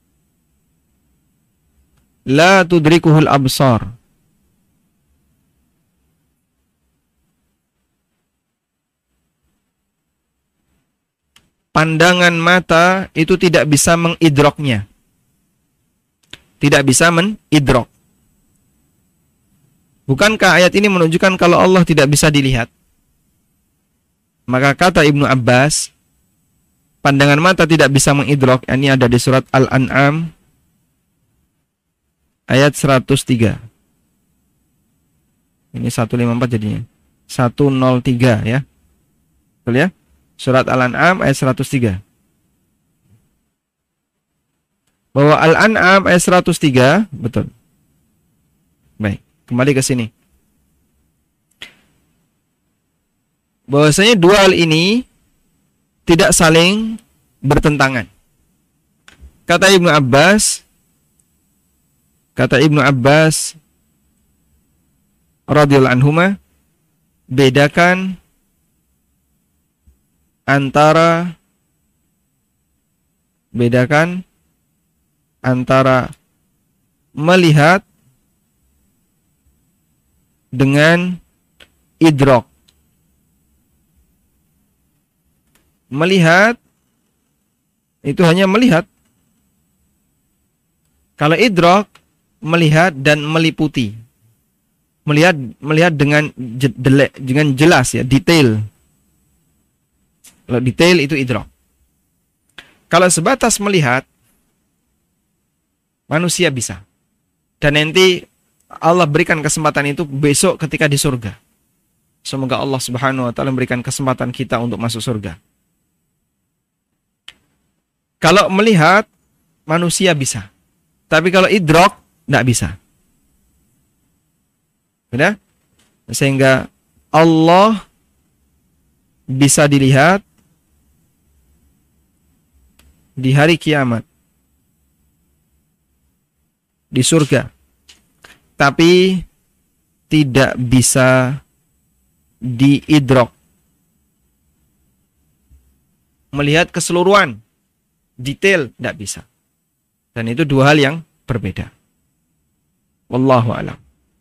La tudrikuhul absar. Pandangan mata itu tidak bisa mengidroknya. Tidak bisa menidrok. Bukankah ayat ini menunjukkan kalau Allah tidak bisa dilihat? Maka kata Ibnu Abbas, pandangan mata tidak bisa mengidrok. Ini ada di surat Al-An'am ayat 103. Ini 154 jadinya. 103 ya. Betul ya? Surat Al-An'am ayat 103. Bahwa Al-An'am ayat 103, betul. Baik, kembali ke sini. Bahwasanya dua hal ini tidak saling bertentangan. Kata Ibnu Abbas radhiyallahu anhuma, bedakan antara melihat dengan idrok. Melihat itu hanya melihat. Kalau idrok, melihat dan meliputi. Melihat dengan jelas ya, detail. Kalau detail itu idrok. Kalau sebatas melihat, manusia bisa. Dan nanti Allah berikan kesempatan itu besok ketika di surga. Semoga Allah Subhanahu wa taala memberikan kesempatan kita untuk masuk surga. Kalau melihat, manusia bisa. Tapi kalau idrok, tidak bisa. Sudah? Sehingga Allah bisa dilihat di hari kiamat di surga, tapi tidak bisa diidrok, melihat keseluruhan detail, tidak bisa. Dan itu dua hal yang berbeda. Wallahu a'lam.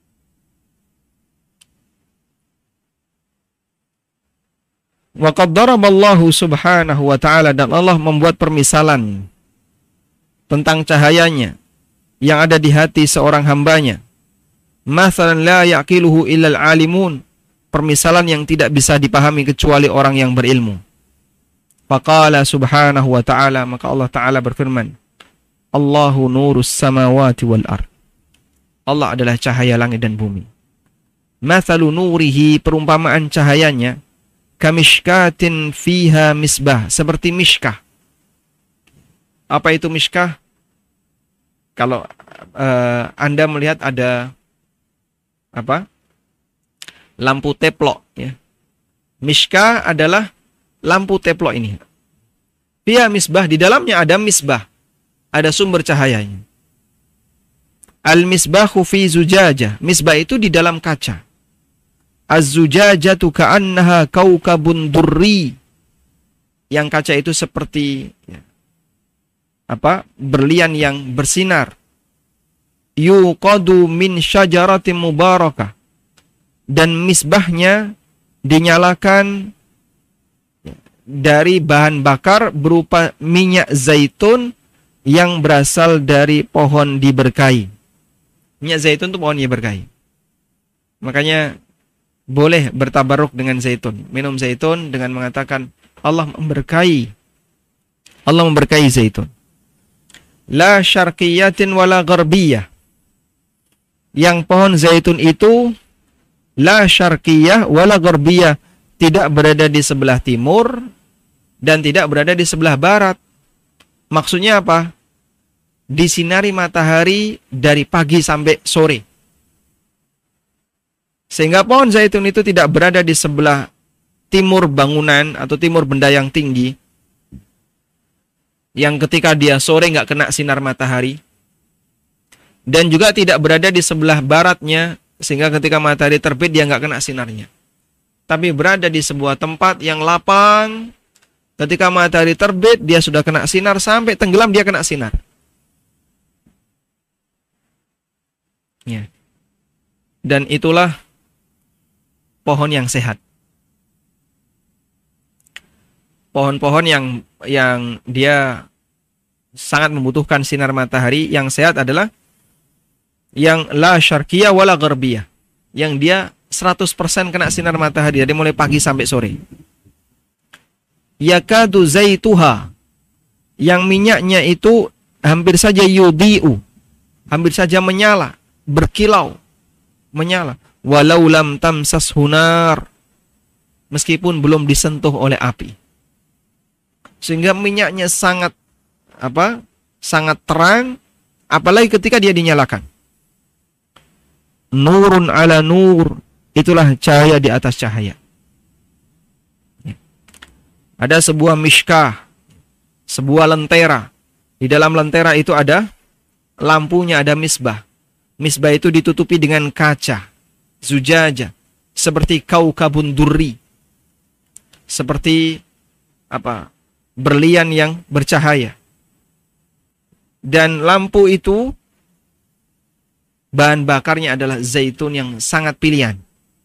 Wa qad daraballahu subhanahu wa ta'ala, dan Allah membuat permisalan tentang cahayanya yang ada di hati seorang hambanya. Mathalan la yaqiluhu illal alimun, permisalan yang tidak bisa dipahami kecuali orang yang berilmu. Faqala subhanahu wa ta'ala, maka Allah ta'ala berfirman, Allahu nurus samawati wal ard. Allah adalah cahaya langit dan bumi. Mathalu nurihi, perumpamaan cahayanya, kamishkatin fiha misbah, seperti mishkah. Apa itu mishkah? Kalau Anda melihat ada lampu teplok, ya. Mishkah adalah lampu teplok ini. Fiha misbah, di dalamnya ada misbah, ada sumber cahayanya. Al-misbahu fi zujajah, misbah itu di dalam kaca. Az-zujajatu ka'annaha kaukabun durri, yang kaca itu seperti berlian yang bersinar. Yuqadu min syajaratin mubarakah, dan misbahnya dinyalakan dari bahan bakar berupa minyak zaitun yang berasal dari pohon diberkahi. Minyak zaitun itu pohon diberkahi. Makanya boleh bertabaruk dengan zaitun, minum zaitun dengan mengatakan Allah memberkahi zaitun. La syarqiyatin wala gharbiyah, yang pohon zaitun itu la syarqiyah wala gharbiyah, tidak berada di sebelah timur dan tidak berada di sebelah barat. Maksudnya apa? Disinari matahari dari pagi sampai sore. Sehingga pohon zaitun itu tidak berada di sebelah timur bangunan atau timur benda yang tinggi, yang ketika dia sore nggak kena sinar matahari. Dan juga tidak berada di sebelah baratnya, sehingga ketika matahari terbit dia nggak kena sinarnya. Tapi berada di sebuah tempat yang lapang, ketika matahari terbit dia sudah kena sinar, sampai tenggelam dia kena sinar. Ya. Dan itulah pohon yang sehat. Pohon-pohon yang dia sangat membutuhkan sinar matahari, yang sehat adalah yang la syarqiyah wala gharbiyah, yang dia 100% kena sinar matahari dari mulai pagi sampai sore. Yakadu zaituha, yang minyaknya itu hampir saja yudhi'u, hampir saja menyala, berkilau, menyala. Walau lam tamsas hunar, meskipun belum disentuh oleh api. Sehingga minyaknya sangat sangat terang, apalagi ketika dia dinyalakan. Nurun ala nur, itulah cahaya di atas cahaya. Ada sebuah mishkah, sebuah lentera. Di dalam lentera itu ada lampunya, ada misbah. Misbah itu ditutupi dengan kaca, zujaja, seperti kaukabun durri, seperti berlian yang bercahaya. Dan lampu itu bahan bakarnya adalah zaitun yang sangat pilihan,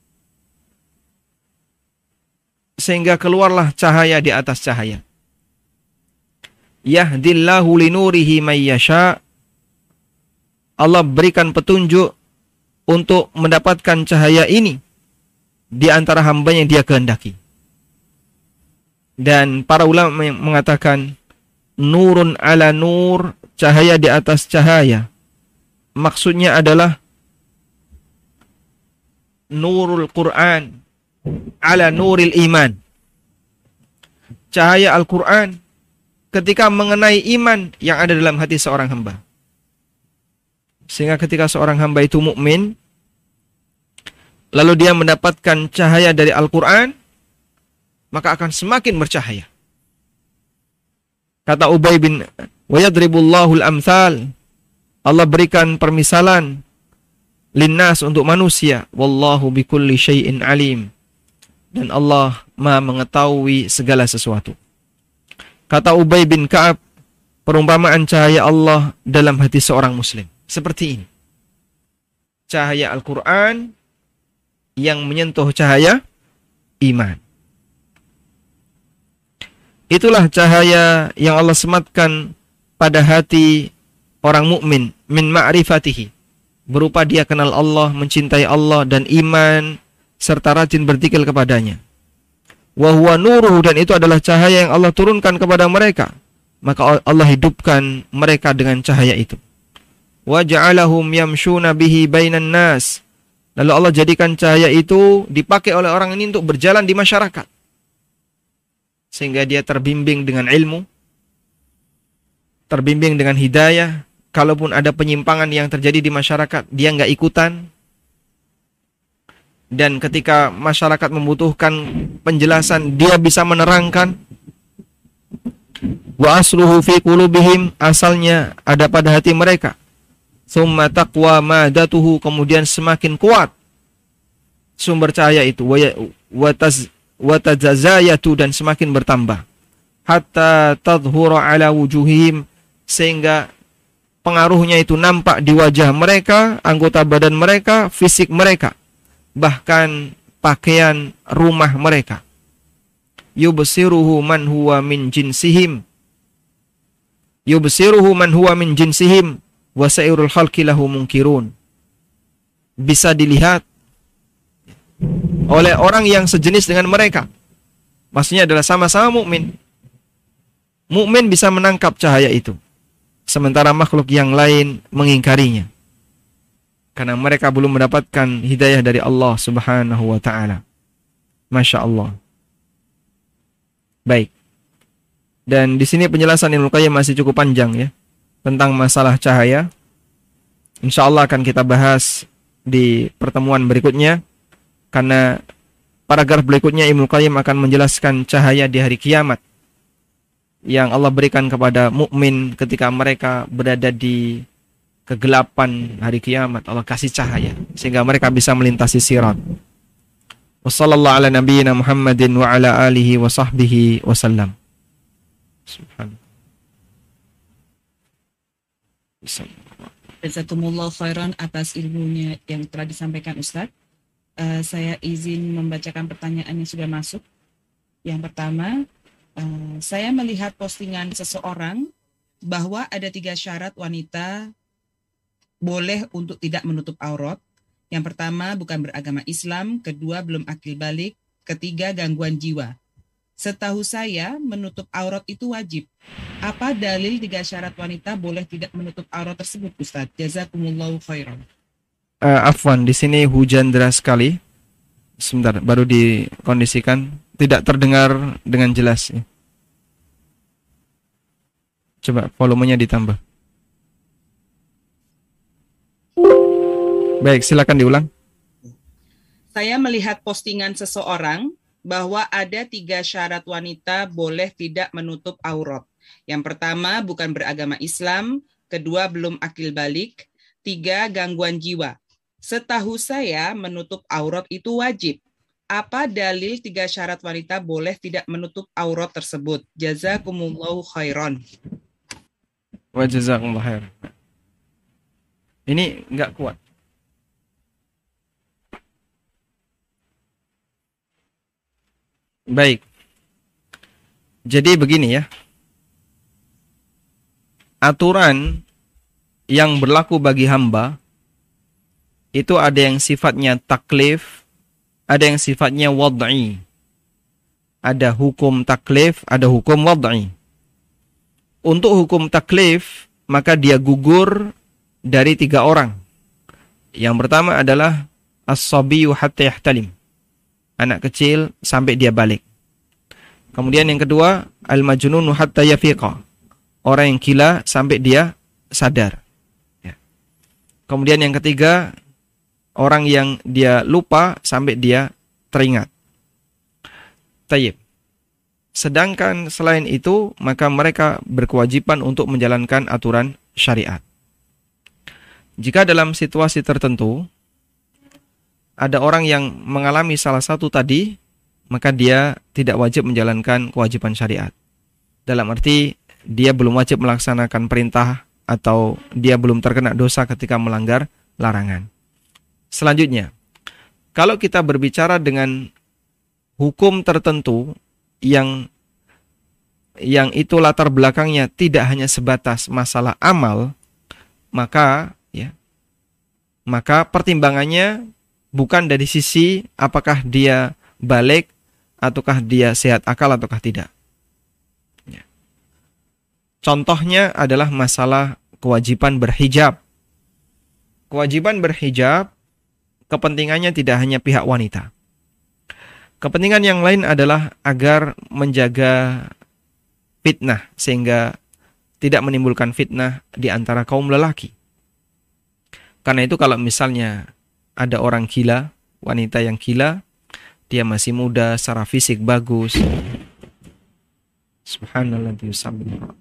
sehingga keluarlah cahaya di atas cahaya. Yahdillahu linurihi may yasha, Allah berikan petunjuk untuk mendapatkan cahaya ini di antara hamba yang dia kehendaki. Dan para ulama mengatakan nurun ala nur, cahaya di atas cahaya, maksudnya adalah nurul Quran ala nuril iman. Cahaya Al-Quran ketika mengenai iman yang ada dalam hati seorang hamba. Sehingga ketika seorang hamba itu mukmin, lalu dia mendapatkan cahaya dari Al-Quran, maka akan semakin bercahaya. Kata Ubay bin wa yadribullahu al-amthal, Allah berikan permisalan linnas untuk manusia, wallahu bikulli syai'in alim, dan Allah Maha mengetahui segala sesuatu. Kata Ubay bin Ka'ab, perumpamaan cahaya Allah dalam hati seorang muslim seperti ini. Cahaya Al-Quran yang menyentuh cahaya iman. Itulah cahaya yang Allah sematkan pada hati orang mukmin min ma'rifatihi, berupa dia kenal Allah, mencintai Allah dan iman serta rajin berzikir kepadanya. Wa huwa nuruhu, dan itu adalah cahaya yang Allah turunkan kepada mereka, maka Allah hidupkan mereka dengan cahaya itu. Wa ja'alahum yamshuna bihi bainan nas, lalu Allah jadikan cahaya itu dipakai oleh orang ini untuk berjalan di masyarakat, sehingga dia terbimbing dengan ilmu, terbimbing dengan hidayah. Kalaupun ada penyimpangan yang terjadi di masyarakat, dia nggak ikutan. Dan ketika masyarakat membutuhkan penjelasan, dia bisa menerangkan. Wa asluhu fi qulubihim, asalnya ada pada hati mereka. Tsumma taqwa madatuhu, kemudian semakin kuat sumber cahaya itu. Wa tazayatu, dan semakin bertambah. Hatta tadhhura ala wujuhihim, sehingga pengaruhnya itu nampak di wajah mereka, anggota badan mereka, fisik mereka, bahkan pakaian rumah mereka. Yubsiruhu man huwa min jinsihim, yubsiruhu man huwa min jinsihim wa sairul khalqi lahu munkirun. Bisa dilihat oleh orang yang sejenis dengan mereka. Maksudnya adalah sama-sama mukmin. Mukmin bisa menangkap cahaya itu, sementara makhluk yang lain mengingkarinya, karena mereka belum mendapatkan hidayah dari Allah Subhanahu wa ta'ala. Masya Allah. Baik. Dan di sini penjelasan Ibnu Qayyim masih cukup panjang ya, tentang masalah cahaya. Insya Allah akan kita bahas di pertemuan berikutnya, karena paragraf berikutnya Ibnu Qayyim akan menjelaskan cahaya di hari kiamat yang Allah berikan kepada mukmin ketika mereka berada di kegelapan hari kiamat. Allah kasih cahaya sehingga mereka bisa melintasi sirat. Wassallallahu ala nabiyyina Muhammadin wa ala alihi wa sahbihi wasallam. Subhanallah. Jazakumullah khairan atas ilmunya yang telah disampaikan Ustadz. Saya izin membacakan pertanyaan yang sudah masuk. Yang pertama, saya melihat postingan seseorang bahwa ada 3 syarat wanita boleh untuk tidak menutup aurat. Yang pertama, bukan beragama Islam. Kedua, belum akil balik. Ketiga, gangguan jiwa. Setahu saya, menutup aurat itu wajib. Apa dalil 3 syarat wanita boleh tidak menutup aurat tersebut, Ustadz? Jazakumullahu khairan. Afwan, di sini hujan deras sekali. Sebentar, baru dikondisikan. Tidak terdengar dengan jelas. Coba volumenya ditambah. Baik, silakan diulang. Saya melihat postingan seseorang bahwa ada 3 syarat wanita boleh tidak menutup aurat. Yang pertama, bukan beragama Islam. Kedua, belum akil balik. 3, gangguan jiwa. Setahu saya, menutup aurat itu wajib. Apa dalil 3 syarat wanita boleh tidak menutup aurat tersebut? Jazakumullahu khairan. Wa jazakumullahu khairan. Ini enggak kuat. Baik. Jadi begini ya. Aturan yang berlaku bagi hamba itu ada yang sifatnya taklif, ada yang sifatnya wad'i. Ada hukum taklif, ada hukum wad'i. Untuk hukum taklif, maka dia gugur dari 3 orang. Yang pertama adalah as-sabiyyu hatta yahtalim. Anak kecil sampai dia balik. Kemudian yang kedua, al-majnunu hatta yafiqa. Orang yang gila sampai dia sadar. Ya. Kemudian yang ketiga, orang yang dia lupa sampai dia teringat. Tayyib. Sedangkan selain itu, maka mereka berkewajiban untuk menjalankan aturan syariat. Jika dalam situasi tertentu, ada orang yang mengalami salah satu tadi, maka dia tidak wajib menjalankan kewajiban syariat. Dalam arti, dia belum wajib melaksanakan perintah atau dia belum terkena dosa ketika melanggar larangan. Selanjutnya, kalau kita berbicara dengan hukum tertentu yang itu latar belakangnya tidak hanya sebatas masalah amal, maka pertimbangannya bukan dari sisi apakah dia balik ataukah dia sehat akal ataukah tidak. Contohnya adalah masalah kewajiban berhijab. Kewajiban berhijab kepentingannya tidak hanya pihak wanita. Kepentingan yang lain adalah agar menjaga fitnah sehingga tidak menimbulkan fitnah di antara kaum lelaki. Karena itu kalau misalnya ada orang gila, wanita yang gila, dia masih muda, secara fisik bagus. Subhanallah yusambil.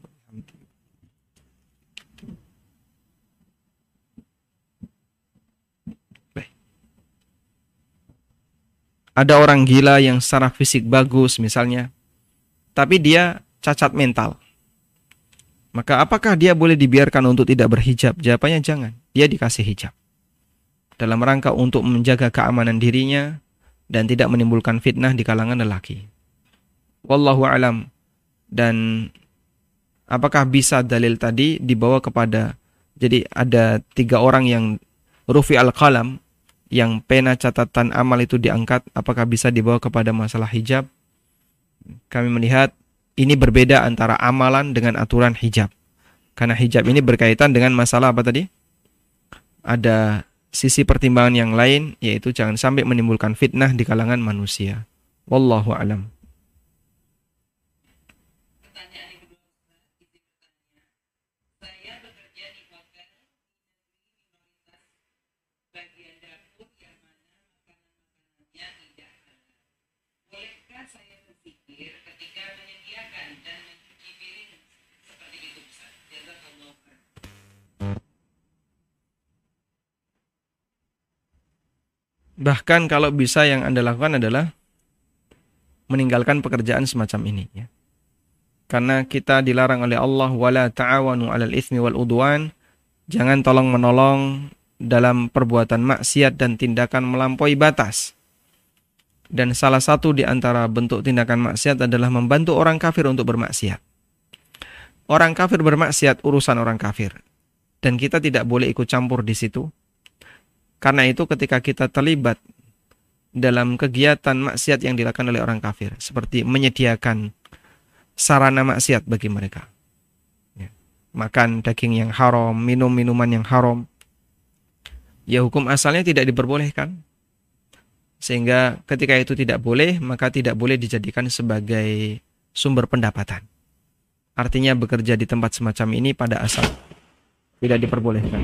Ada orang gila yang secara fisik bagus misalnya, tapi dia cacat mental. Maka apakah dia boleh dibiarkan untuk tidak berhijab? Jawabannya jangan. Dia dikasih hijab. Dalam rangka untuk menjaga keamanan dirinya dan tidak menimbulkan fitnah di kalangan lelaki. Wallahu alam. Dan apakah bisa dalil tadi dibawa kepada, jadi ada 3 orang yang rufi al-qalam, yang pena catatan amal itu diangkat, apakah bisa dibawa kepada masalah hijab? Kami melihat ini berbeda antara amalan dengan aturan hijab. Karena hijab ini berkaitan dengan masalah apa tadi? Ada sisi pertimbangan yang lain, yaitu jangan sampai menimbulkan fitnah di kalangan manusia. Wallahu alam. Bahkan kalau bisa yang Anda lakukan adalah meninggalkan pekerjaan semacam ini, ya. Karena kita dilarang oleh Allah, wala ta'awanu 'alal itsmi wal udwan, jangan tolong-menolong dalam perbuatan maksiat dan tindakan melampaui batas. Dan salah satu di antara bentuk tindakan maksiat adalah membantu orang kafir untuk bermaksiat. Orang kafir bermaksiat urusan orang kafir, dan kita tidak boleh ikut campur di situ. Karena itu ketika kita terlibat dalam kegiatan maksiat yang dilakukan oleh orang kafir, seperti menyediakan sarana maksiat bagi mereka, ya, makan daging yang haram, minum minuman yang haram, ya hukum asalnya tidak diperbolehkan. Sehingga ketika itu tidak boleh, maka tidak boleh dijadikan sebagai sumber pendapatan. Artinya bekerja di tempat semacam ini pada asal tidak diperbolehkan.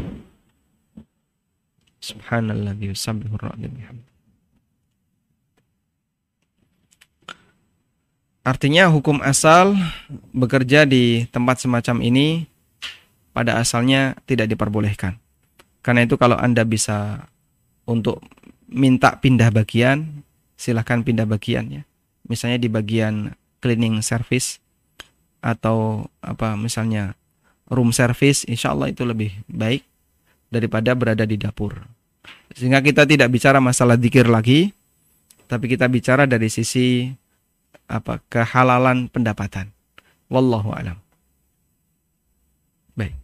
Subhanallah yusabbihur ra'd bihamdi. Artinya hukum asal bekerja di tempat semacam ini pada asalnya tidak diperbolehkan. Karena itu kalau Anda bisa untuk minta pindah bagian, silahkan pindah bagian, ya. Misalnya di bagian cleaning service atau misalnya room service, insya Allah itu lebih baik daripada berada di dapur. Sehingga kita tidak bicara masalah dzikir lagi, tapi kita bicara dari sisi kehalalan pendapatan. Wallahu a'lam. Baik.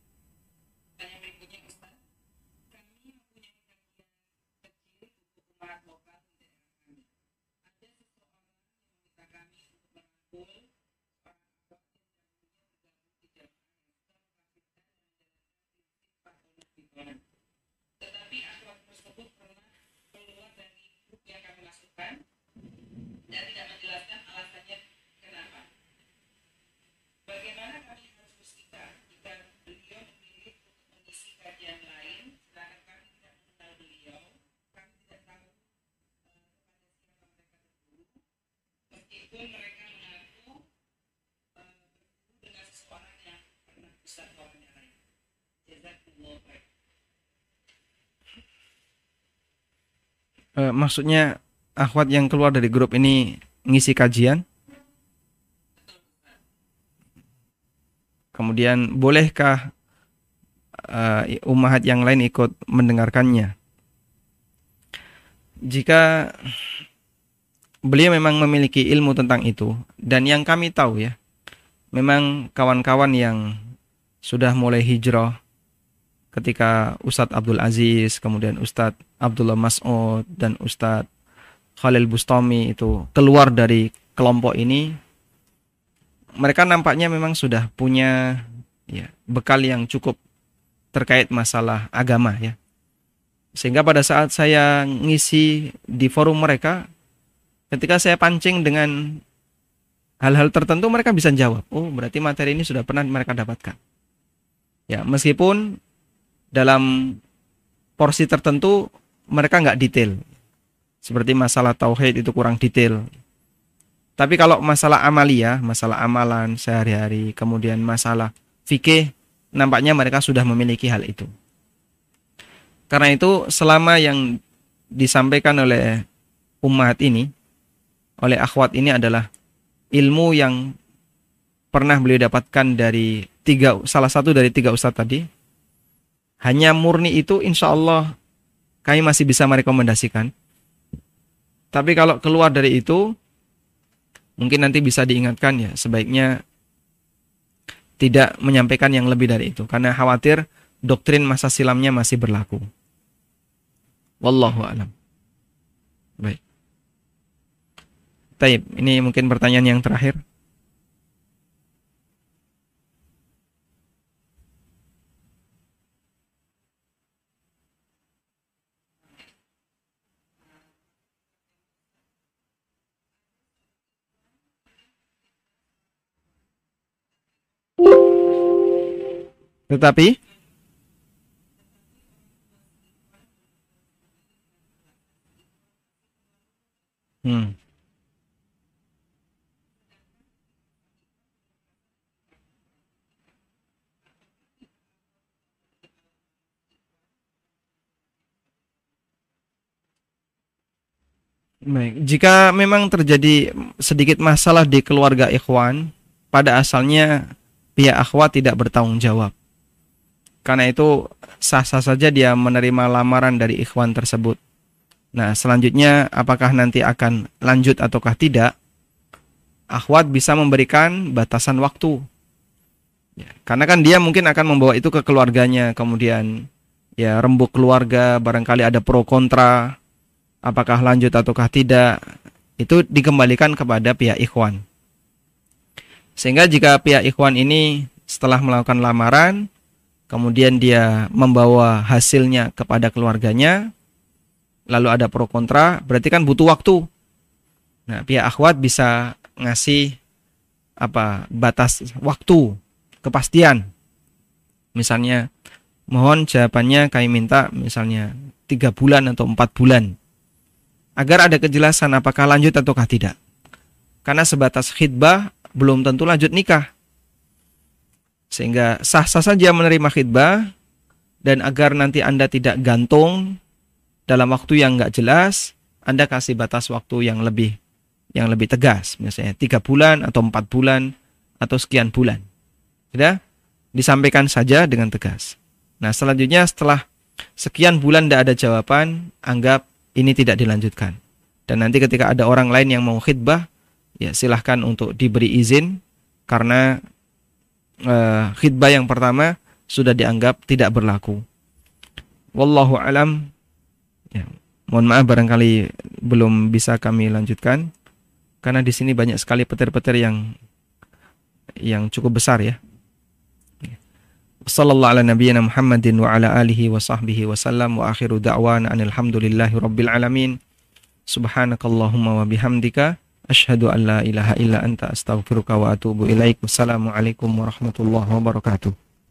Dan tidak menjelaskan alasannya kenapa. Bagaimana kami harus bersikap jika beliau memilih untuk mengisi kajian lain, sedangkan kami tidak mengenal beliau, kami tidak tahu kepada siapa mereka terguru, meskipun mereka mengaku Maksudnya akhwat yang keluar dari grup ini ngisi kajian? Kemudian bolehkah ummahat yang lain ikut mendengarkannya? Jika beliau memang memiliki ilmu tentang itu, dan yang kami tahu ya, memang kawan-kawan yang sudah mulai hijrah ketika Ustadz Abdul Aziz, kemudian Ustadz Abdullah Mas'ud, dan Ustadz Khalil Bustami itu keluar dari kelompok ini, mereka nampaknya memang sudah punya ya, bekal yang cukup terkait masalah agama ya. Sehingga pada saat saya ngisi di forum mereka, ketika saya pancing dengan hal-hal tertentu, mereka bisa jawab. Oh, berarti materi ini sudah pernah mereka dapatkan. Ya, meskipun dalam porsi tertentu mereka nggak detail. Seperti masalah tauhid itu kurang detail. Tapi kalau masalah amalia, masalah amalan sehari-hari, kemudian masalah fikih, nampaknya mereka sudah memiliki hal itu. Karena itu selama yang disampaikan oleh ummahat ini, oleh akhwat ini adalah ilmu yang pernah beliau dapatkan dari salah satu dari 3 ustadz tadi, hanya murni itu, insya Allah kami masih bisa merekomendasikan. Tapi kalau keluar dari itu, mungkin nanti bisa diingatkan ya, sebaiknya tidak menyampaikan yang lebih dari itu, karena khawatir doktrin masa silamnya masih berlaku. Wallahu a'lam. Baik. Taib, ini mungkin pertanyaan yang terakhir. Tetapi hmm. Baik, jika memang terjadi sedikit masalah di keluarga ikhwan, pada asalnya pihak akhwat tidak bertanggung jawab. Karena itu sah-sah saja dia menerima lamaran dari ikhwan tersebut. Nah, selanjutnya apakah nanti akan lanjut ataukah tidak, akhwat bisa memberikan batasan waktu. Ya, karena kan dia mungkin akan membawa itu ke keluarganya, kemudian ya rembuk keluarga, barangkali ada pro kontra, apakah lanjut ataukah tidak, itu dikembalikan kepada pihak ikhwan. Sehingga jika pihak ikhwan ini setelah melakukan lamaran, kemudian dia membawa hasilnya kepada keluarganya, lalu ada pro kontra, berarti kan butuh waktu. Nah, pihak akhwat bisa ngasih batas waktu, kepastian. Misalnya, mohon jawabannya kami minta misalnya 3 bulan atau 4 bulan. Agar ada kejelasan apakah lanjut ataukah tidak. Karena sebatas khidbah belum tentu lanjut nikah. Sehingga sah-sah saja menerima khidbah, dan agar nanti Anda tidak gantung dalam waktu yang nggak jelas, Anda kasih batas waktu yang lebih tegas, misalnya 3 bulan atau 4 bulan atau sekian bulan. Sudah disampaikan saja dengan tegas. Nah, selanjutnya setelah sekian bulan tidak ada jawaban, anggap ini tidak dilanjutkan. Dan nanti ketika ada orang lain yang mau khidbah, ya silahkan untuk diberi izin, karena khidbah yang pertama sudah dianggap tidak berlaku. Wallahu alam. Ya, mohon maaf barangkali belum bisa kami lanjutkan, karena di sini banyak sekali petir-petir yang cukup besar ya. Sallallahu ala nabiyyina Muhammadin wa ala alihi wa sahbihi wa sallam, wa akhiru da'wana anil hamdulillahi rabbil alamin. Subhanakallahumma wa bihamdika asyhadu an la ilaha illa anta astaghfiruka wa atubu ilaik. Wassalamualaikum warahmatullahi wabarakatuh.